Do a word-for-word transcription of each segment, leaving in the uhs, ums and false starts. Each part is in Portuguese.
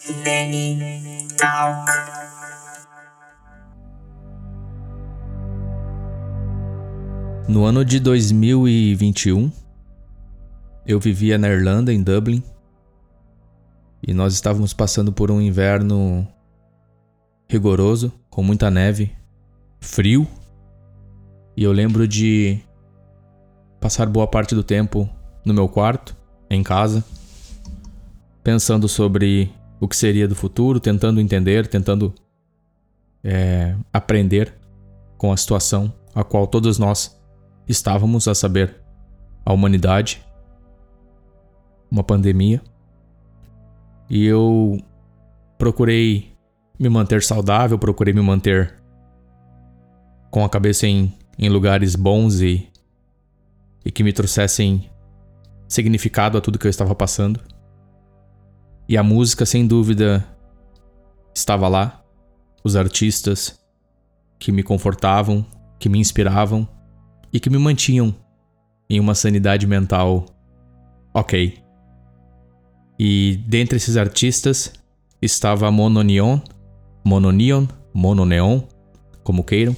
Nene Talk. No ano de dois mil e vinte e um, eu vivia na Irlanda, em Dublin, e nós estávamos passando por um inverno rigoroso, com muita neve, frio, e eu lembro de passar boa parte do tempo no meu quarto, em casa, pensando sobre o que seria do futuro, tentando entender, tentando é, aprender com a situação a qual todos nós estávamos, a saber, a humanidade, uma pandemia. E eu procurei me manter saudável, procurei me manter com a cabeça em, em lugares bons e, e que me trouxessem significado a tudo que eu estava passando. E a música, sem dúvida, estava lá. Os artistas que me confortavam, que me inspiravam e que me mantinham em uma sanidade mental ok. E dentre esses artistas estava Mononeon, Mononeon, Mononeon, como queiram.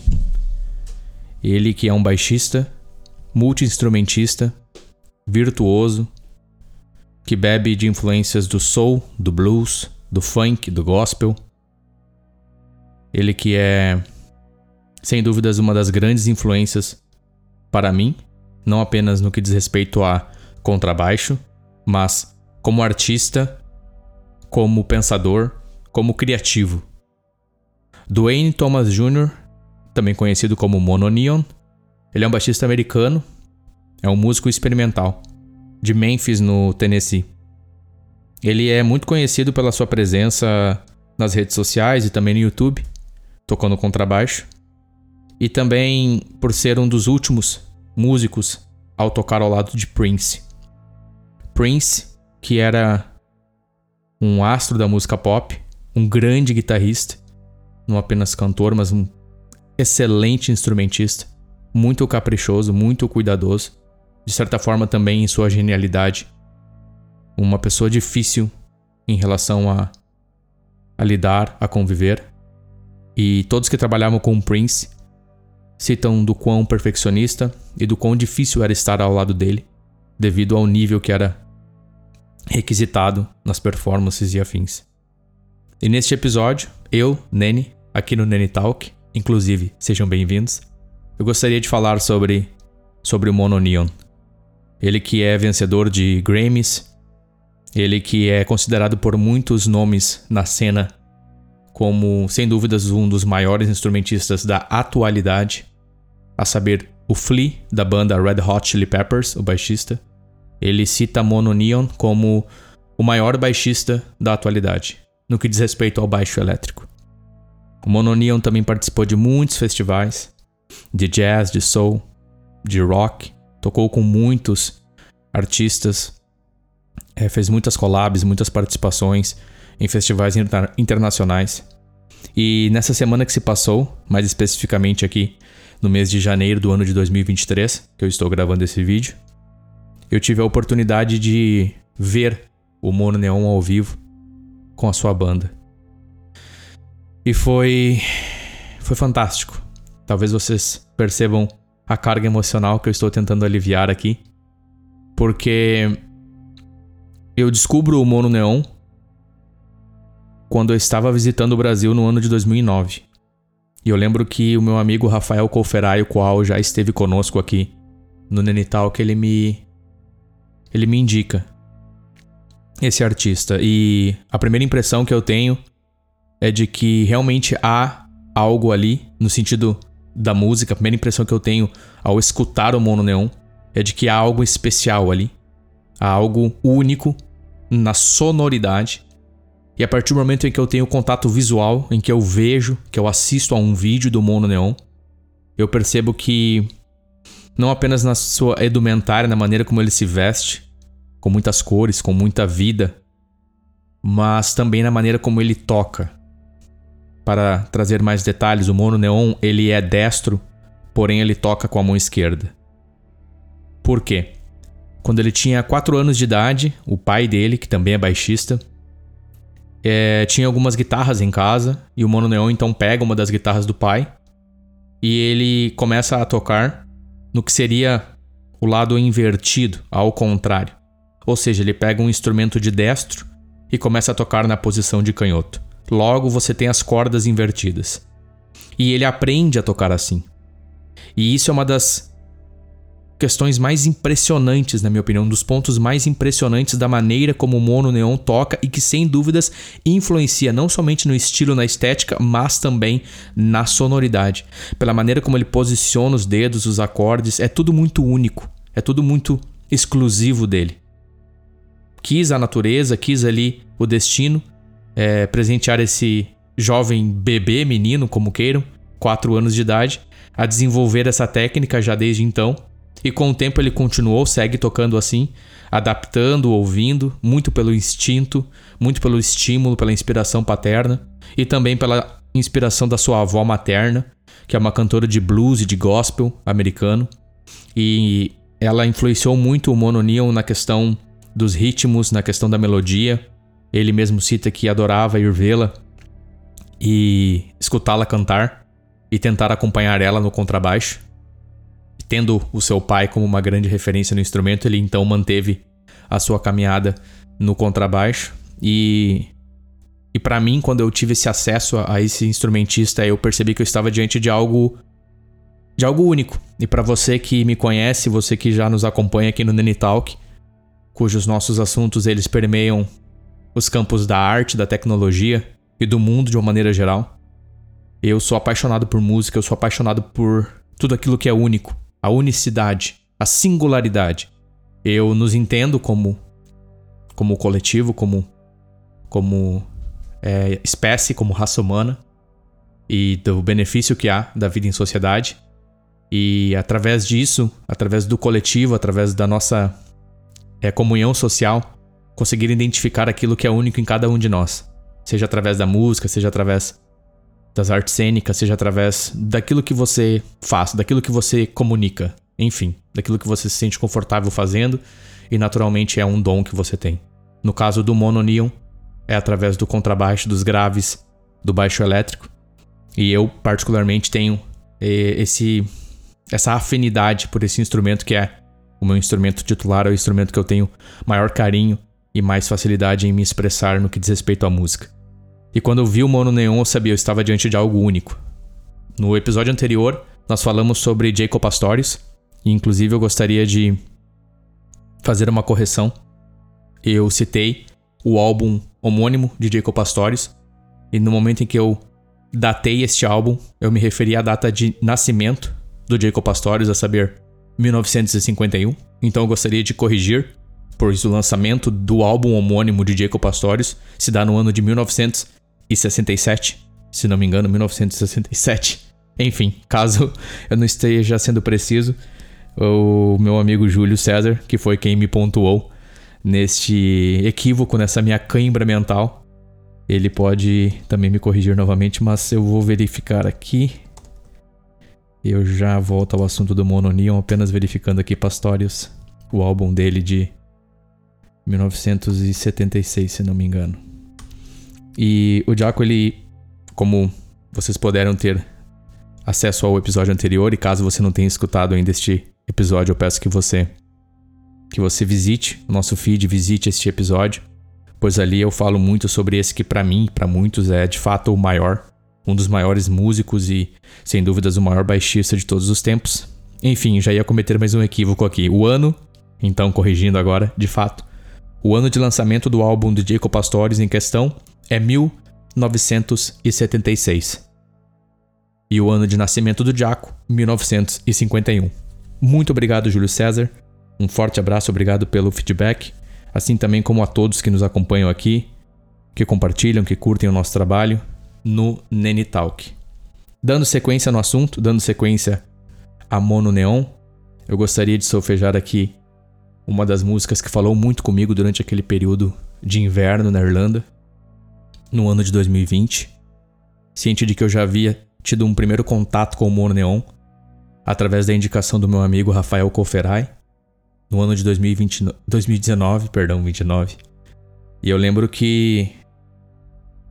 Ele que é um baixista, multi-instrumentista, virtuoso, que bebe de influências do soul, do blues, do funk, do gospel. Ele que é, sem dúvidas, uma das grandes influências para mim, não apenas no que diz respeito a contrabaixo, mas como artista, como pensador, como criativo. Duane Thomas Júnior, também conhecido como Mononeon, ele é um baixista americano, é um músico experimental, de Memphis, no Tennessee. Ele é muito conhecido pela sua presença nas redes sociais e também no YouTube, tocando contrabaixo, e também por ser um dos últimos músicos ao tocar ao lado de Prince. Prince, que era um astro da música pop, um grande guitarrista, não apenas cantor, mas um excelente instrumentista, muito caprichoso, muito cuidadoso, de certa forma também em sua genialidade, uma pessoa difícil em relação a, a lidar, a conviver. E todos que trabalhavam com o Prince citam do quão perfeccionista e do quão difícil era estar ao lado dele, devido ao nível que era requisitado nas performances e afins. E neste episódio, eu, Nene, aqui no Nene Talk, inclusive, sejam bem-vindos, eu gostaria de falar sobre, sobre o Mononeon. Ele que é vencedor de Grammys, ele que é considerado por muitos nomes na cena como, sem dúvidas, um dos maiores instrumentistas da atualidade, a saber, o Flea, da banda Red Hot Chili Peppers, o baixista. Ele cita Mononeon como o maior baixista da atualidade, no que diz respeito ao baixo elétrico. O Mononeon também participou de muitos festivais, de jazz, de soul, de rock, tocou com muitos artistas, é, fez muitas collabs, muitas participações em festivais inter- internacionais. E nessa semana que se passou, mais especificamente aqui no mês de janeiro do ano de dois mil e vinte e três, que eu estou gravando esse vídeo, eu tive a oportunidade de ver o Mononeon ao vivo com a sua banda. E foi, foi fantástico. Talvez vocês percebam a carga emocional que eu estou tentando aliviar aqui, porque eu descubro o Mononeon quando eu estava visitando o Brasil no ano de dois mil e nove. E eu lembro que o meu amigo Rafael Colferai, o qual já esteve conosco aqui no Nene Talk, ele me, ele me indica esse artista. E a primeira impressão que eu tenho é de que realmente há algo ali, no sentido da música. A primeira impressão que eu tenho ao escutar o Mononeon é de que há algo especial ali. Há algo único na sonoridade. E a partir do momento em que eu tenho contato visual, em que eu vejo, que eu assisto a um vídeo do Mononeon, eu percebo que não apenas na sua edumentária, na maneira como ele se veste, com muitas cores, com muita vida, mas também na maneira como ele toca. Para trazer mais detalhes, o Mononeon, ele é destro, porém ele toca com a mão esquerda. Por quê? Quando ele tinha quatro anos de idade, o pai dele, que também é baixista, é, tinha algumas guitarras em casa e o Mono Neon então pega uma das guitarras do pai e ele começa a tocar no que seria o lado invertido, ao contrário. Ou seja, ele pega um instrumento de destro e começa a tocar na posição de canhoto. Logo, você tem as cordas invertidas. E ele aprende a tocar assim. E isso é uma das questões mais impressionantes, na minha opinião, um dos pontos mais impressionantes da maneira como o Mono Neon toca e que, sem dúvidas, influencia não somente no estilo, na estética, mas também na sonoridade. Pela maneira como ele posiciona os dedos, os acordes, é tudo muito único, é tudo muito exclusivo dele. Quis a natureza, quis ali o destino, é, presentear esse jovem bebê, menino, como queiram, quatro anos de idade, a desenvolver essa técnica já desde então. E com o tempo ele continuou, segue tocando assim, adaptando, ouvindo, muito pelo instinto, muito pelo estímulo, pela inspiração paterna e também pela inspiração da sua avó materna, que é uma cantora de blues e de gospel americano. E ela influenciou muito o Mono Neon na questão dos ritmos, na questão da melodia. Ele mesmo cita que adorava ir vê-la e escutá-la cantar e tentar acompanhar ela no contrabaixo. Tendo o seu pai como uma grande referência no instrumento, ele então manteve a sua caminhada no contrabaixo. E, e para mim, quando eu tive esse acesso a, a esse instrumentista, eu percebi que eu estava diante de algo, de algo único. E para você que me conhece, você que já nos acompanha aqui no Nene Talk, cujos nossos assuntos eles permeiam os campos da arte, da tecnologia e do mundo de uma maneira geral, eu sou apaixonado por música, eu sou apaixonado por tudo aquilo que é único. A unicidade, a singularidade. Eu nos entendo como, como coletivo, como, como é, espécie, como raça humana e do benefício que há da vida em sociedade. E através disso, através do coletivo, através da nossa é, comunhão social, conseguir identificar aquilo que é único em cada um de nós. Seja através da música, seja através das artes cênicas, seja através daquilo que você faz, daquilo que você comunica, enfim, daquilo que você se sente confortável fazendo e naturalmente é um dom que você tem. No caso do Mono Neon, é através do contrabaixo, dos graves, do baixo elétrico, e eu particularmente tenho esse, essa afinidade por esse instrumento que é o meu instrumento titular, é o instrumento que eu tenho maior carinho e mais facilidade em me expressar no que diz respeito à música. E quando eu vi o Mono Neon, eu sabia, eu estava diante de algo único. No episódio anterior, nós falamos sobre Jaco Pastorius, e inclusive eu gostaria de fazer uma correção. Eu citei o álbum homônimo de Jaco Pastorius, e no momento em que eu datei este álbum, eu me referi à data de nascimento do Jaco Pastorius, a saber, mil novecentos e cinquenta e um. Então eu gostaria de corrigir, pois o lançamento do álbum homônimo de Jaco Pastorius se dá no ano de mil novecentos e sessenta e sete, se não me engano, mil novecentos e sessenta e sete. Enfim, caso eu não esteja sendo preciso, o meu amigo Júlio César, que foi quem me pontuou neste equívoco, nessa minha cãibra mental, ele pode também me corrigir novamente, mas eu vou verificar aqui. Eu já volto ao assunto do Mono Neon, apenas verificando aqui Pastorius, o álbum dele de mil novecentos e setenta e seis, se não me engano. E o Jaco, ele, como vocês puderam ter acesso ao episódio anterior, e caso você não tenha escutado ainda este episódio, eu peço que você que você visite o nosso feed, visite este episódio, pois ali eu falo muito sobre esse que para mim, para muitos, é de fato o maior, um dos maiores músicos e, sem dúvidas, o maior baixista de todos os tempos. Enfim, já ia cometer mais um equívoco aqui. O ano, então corrigindo agora, de fato, o ano de lançamento do álbum de Jaco Pastorius em questão é mil novecentos e setenta e seis. E o ano de nascimento do Jaco, mil novecentos e cinquenta e um. Muito obrigado, Júlio César. Um forte abraço, obrigado pelo feedback. Assim também como a todos que nos acompanham aqui, que compartilham, que curtem o nosso trabalho no Nene Talk. Dando sequência no assunto, dando sequência a Mono Neon, eu gostaria de solfejar aqui uma das músicas que falou muito comigo durante aquele período de inverno na Irlanda, no ano de dois mil e vinte. Ciente de que eu já havia tido um primeiro contato com o Mono Neon através da indicação do meu amigo Rafael Koferai, no ano de dois mil e vinte, dois mil e dezenove, perdão, vinte e nove. E eu lembro que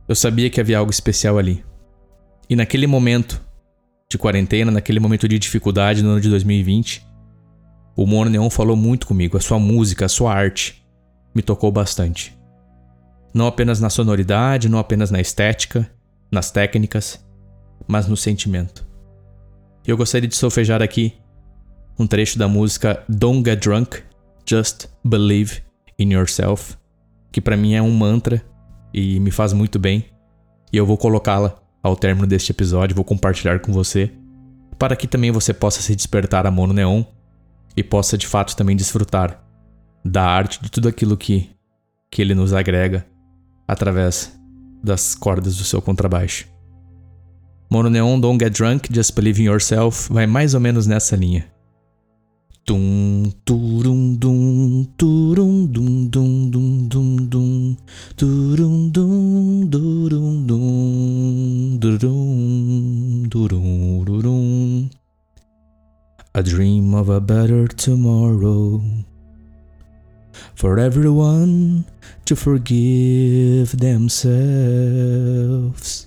eu sabia que havia algo especial ali. E naquele momento de quarentena, naquele momento de dificuldade no ano de dois mil e vinte, o Mono Neon falou muito comigo. A sua música, a sua arte me tocou bastante. Não apenas na sonoridade, não apenas na estética, nas técnicas, mas no sentimento. Eu gostaria de solfejar aqui um trecho da música Don't Get Drunk, Just Believe in Yourself, que para mim é um mantra e me faz muito bem, e eu vou colocá-la ao término deste episódio, vou compartilhar com você, para que também você possa se despertar a Mono Neon e possa de fato também desfrutar da arte, de tudo aquilo que, que ele nos agrega através das cordas do seu contrabaixo. Mono Neon, Don't Get Drunk, Just Believe in Yourself vai mais ou menos nessa linha. Tum, turum, dum, turum, dum, dum, dum, dum, dum, turum, dum, durum, dum, durum, durum, durum. A dream of a better tomorrow, for everyone to forgive themselves.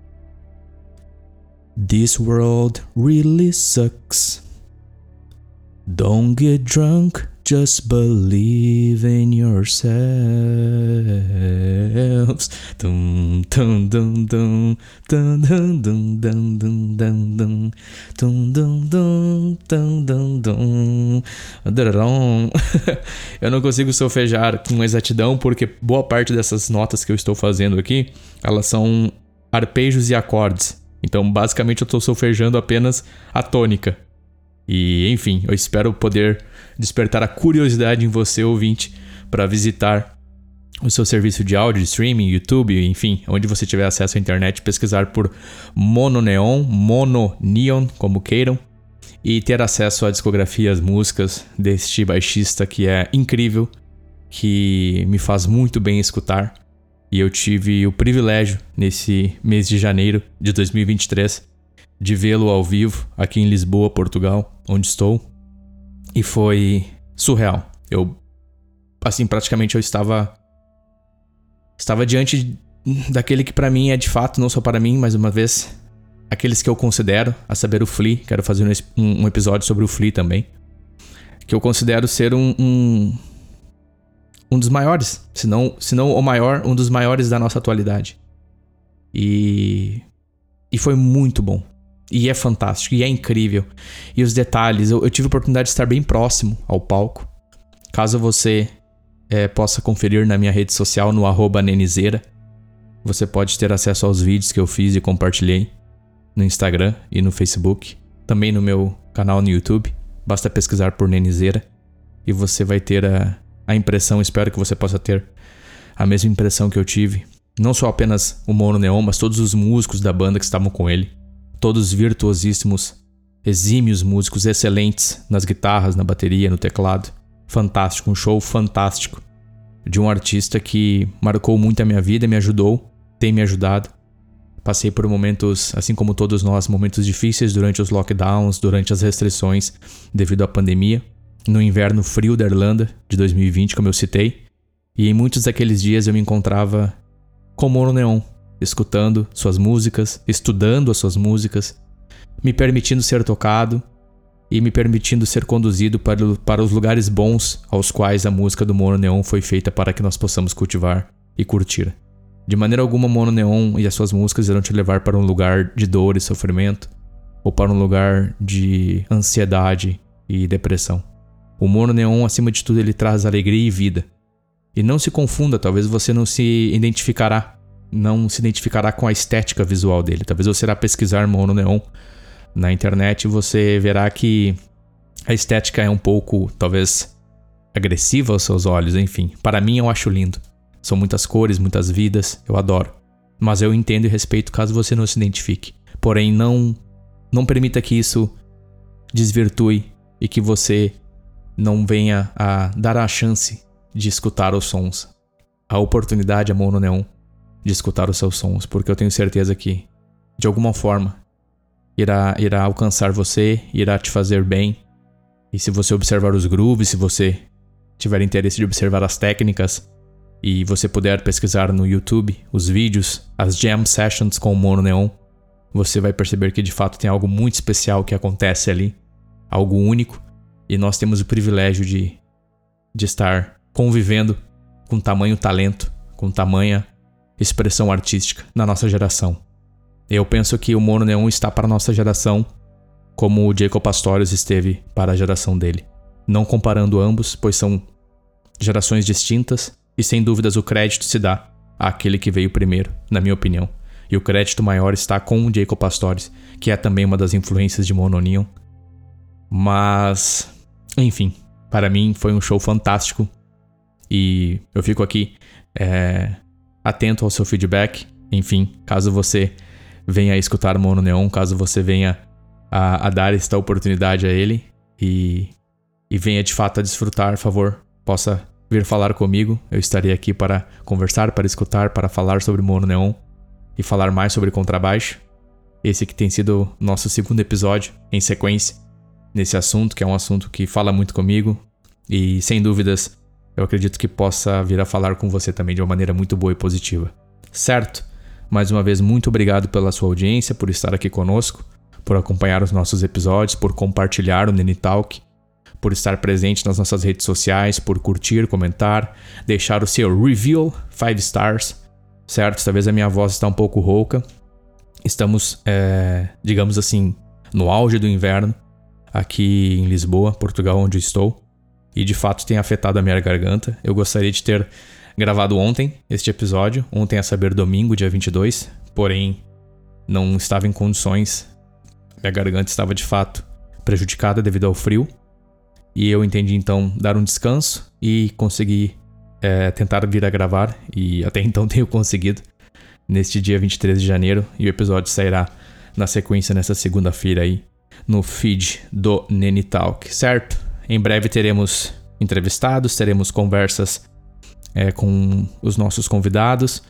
This world really sucks. Don't get drunk, just believe in yourselves. Dum dum dum dum dum dum dum dum dum dum dum dum dum dum dum dum. Eu não consigo solfejar com exatidão porque boa parte dessas notas que eu estou fazendo aqui, elas são arpejos e acordes. Então, basicamente, eu estou solfejando apenas a tônica. E, enfim, eu espero poder despertar a curiosidade em você, ouvinte, para visitar o seu serviço de áudio, de streaming, YouTube, enfim, onde você tiver acesso à internet, pesquisar por Mono Neon, Mono Neon, como queiram, e ter acesso à discografia, às músicas deste baixista que é incrível, que me faz muito bem escutar. E eu tive o privilégio, nesse mês de janeiro de dois mil e vinte e três, de vê-lo ao vivo aqui em Lisboa, Portugal, onde estou. E foi surreal. Eu, assim, praticamente eu estava... Estava diante daquele que para mim é de fato, não só para mim, mais uma vez, aqueles que eu considero, a saber o Flea. Quero fazer um, um episódio sobre o Flea também. Que eu considero ser um... um Um dos maiores, se não, se não o maior, um dos maiores da nossa atualidade. E, e foi muito bom. E é fantástico, e é incrível. E os detalhes, eu, eu tive a oportunidade de estar bem próximo ao palco. Caso você é, possa conferir na minha rede social, no arroba nenizeira, você pode ter acesso aos vídeos que eu fiz e compartilhei no Instagram e no Facebook. Também no meu canal no YouTube. Basta pesquisar por Nenizeira e você vai ter a... a impressão, espero que você possa ter a mesma impressão que eu tive. Não só apenas o Mono Neon, mas todos os músicos da banda que estavam com ele. Todos virtuosíssimos, exímios músicos, excelentes nas guitarras, na bateria, no teclado. Fantástico, um show fantástico. De um artista que marcou muito a minha vida, me ajudou, tem me ajudado. Passei por momentos, assim como todos nós, momentos difíceis durante os lockdowns, durante as restrições devido à pandemia. No inverno frio da Irlanda de dois mil e vinte, como eu citei, e em muitos daqueles dias eu me encontrava com Mono Neon, escutando suas músicas, estudando as suas músicas, me permitindo ser tocado e me permitindo ser conduzido para, para os lugares bons aos quais a música do Mono Neon foi feita para que nós possamos cultivar e curtir. De maneira alguma, Mono Neon e as suas músicas irão te levar para um lugar de dor e sofrimento, ou para um lugar de ansiedade e depressão. O Mono Neon, acima de tudo, ele traz alegria e vida. E não se confunda, talvez você não se identificará, não se identificará com a estética visual dele. Talvez você irá pesquisar Mono Neon na internet e você verá que a estética é um pouco, talvez, agressiva aos seus olhos, enfim. Para mim, eu acho lindo. São muitas cores, muitas vidas, eu adoro. Mas eu entendo e respeito caso você não se identifique. Porém, não, não permita que isso desvirtue e que você não venha a dar a chance de escutar os sons, a oportunidade a Mono Neon de escutar os seus sons, porque eu tenho certeza que, de alguma forma, irá, irá alcançar você, irá te fazer bem. E se você observar os grooves, se você tiver interesse de observar as técnicas, e você puder pesquisar no YouTube os vídeos, as jam sessions com o Mono Neon, você vai perceber que de fato tem algo muito especial que acontece ali, algo único, e nós temos o privilégio de, de estar convivendo com tamanho talento, com tamanha expressão artística na nossa geração. Eu penso que o Mono Neon está para a nossa geração como o Jaco Pastorius esteve para a geração dele. Não comparando ambos, pois são gerações distintas e sem dúvidas o crédito se dá àquele que veio primeiro, na minha opinião. E o crédito maior está com o Jaco Pastorius, que é também uma das influências de Mono Neon. Mas, enfim, para mim foi um show fantástico e eu fico aqui é, atento ao seu feedback. Enfim, caso você venha a escutar Mono Neon, caso você venha a, a dar esta oportunidade a ele e, e venha de fato a desfrutar, por favor, possa vir falar comigo. Eu estarei aqui para conversar, para escutar, para falar sobre Mono Neon e falar mais sobre contrabaixo. Esse que tem sido o nosso segundo episódio em sequência nesse assunto, que é um assunto que fala muito comigo e sem dúvidas eu acredito que possa vir a falar com você também de uma maneira muito boa e positiva. Certo? Mais uma vez, muito obrigado pela sua audiência, por estar aqui conosco, por acompanhar os nossos episódios, por compartilhar o Nene Talk, por estar presente nas nossas redes sociais, por curtir, comentar, deixar o seu review, five stars, certo? Talvez a minha voz está um pouco rouca. Estamos, é, digamos assim, no auge do inverno, aqui em Lisboa, Portugal, onde eu estou, e de fato tem afetado a minha garganta. Eu gostaria de ter gravado ontem este episódio, ontem a saber domingo, dia vinte e dois, porém não estava em condições, minha garganta estava de fato prejudicada devido ao frio, e eu entendi então dar um descanso e consegui é, tentar vir a gravar, e até então tenho conseguido, neste dia vinte e três de janeiro, e o episódio sairá na sequência nessa segunda-feira aí, no feed do Nene Talk, certo? Em breve teremos entrevistados, teremos conversas é, com os nossos convidados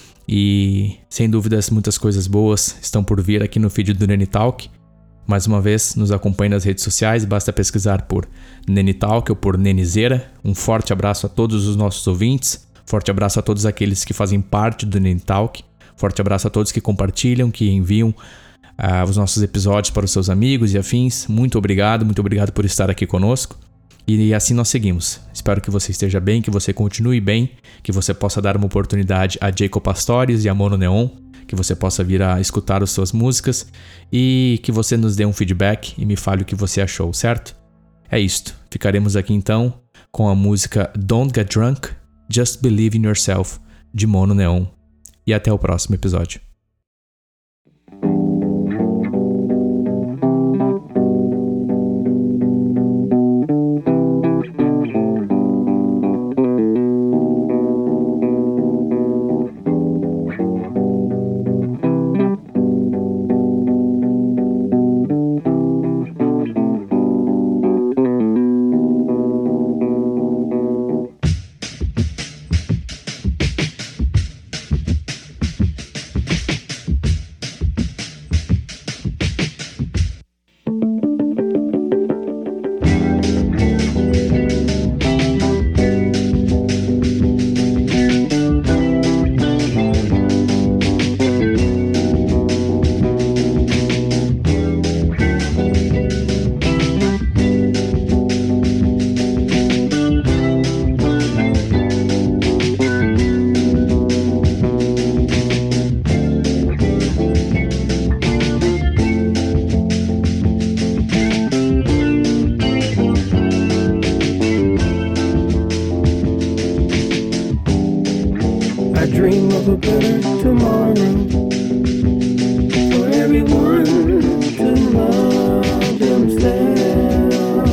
e, sem dúvidas, muitas coisas boas estão por vir aqui no feed do Nene Talk. Mais uma vez, nos acompanhe nas redes sociais, basta pesquisar por Nene Talk ou por Nenizeira. Um forte abraço a todos os nossos ouvintes, forte abraço a todos aqueles que fazem parte do Nene Talk, forte abraço a todos que compartilham, que enviam Uh, os nossos episódios para os seus amigos e afins. Muito obrigado, muito obrigado por estar aqui conosco. E assim nós seguimos. Espero que você esteja bem, que você continue bem, que você possa dar uma oportunidade a Jaco Pastorius e a Mono Neon, que você possa vir a escutar as suas músicas e que você nos dê um feedback e me fale o que você achou, certo? É isto. Ficaremos aqui então com a música Don't Get Drunk, Just Believe in Yourself, de Mono Neon. E até o próximo episódio. I dream of a better tomorrow for everyone to love themselves.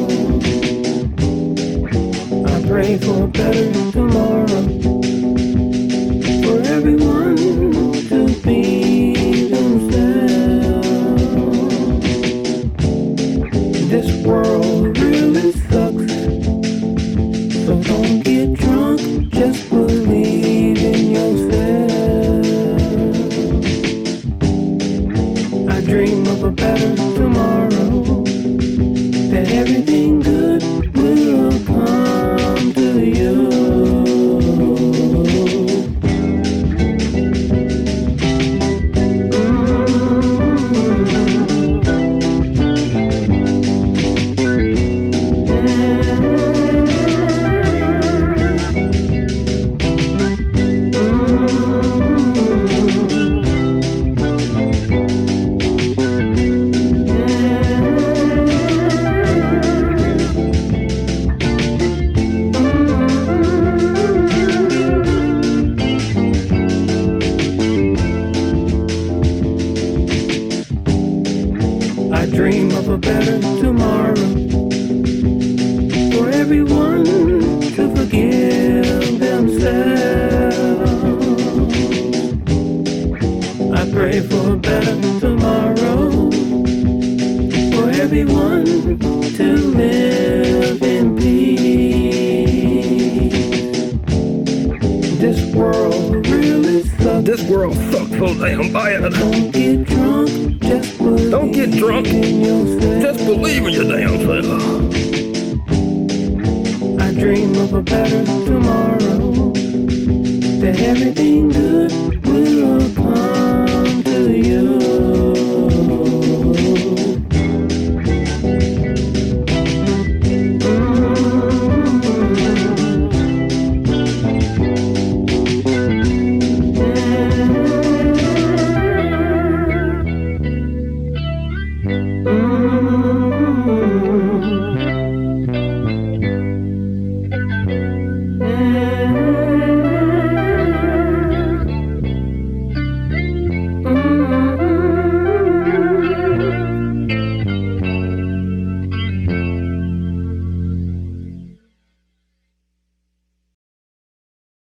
I pray for a better tomorrow for everyone to be themselves. This world really sucks, so don't get drunk, just believe in yourself. I dream of a better tomorrow, that everything good will come to you. dream of a better tomorrow for everyone to forgive themselves. I pray for a better tomorrow for everyone to live in peace. This world really sucks. This world sucks so damn bad. Don't get drunk, just believe Don't get drunk. in yourself. Just believe in your damn self. I dream of a better tomorrow, that everything good will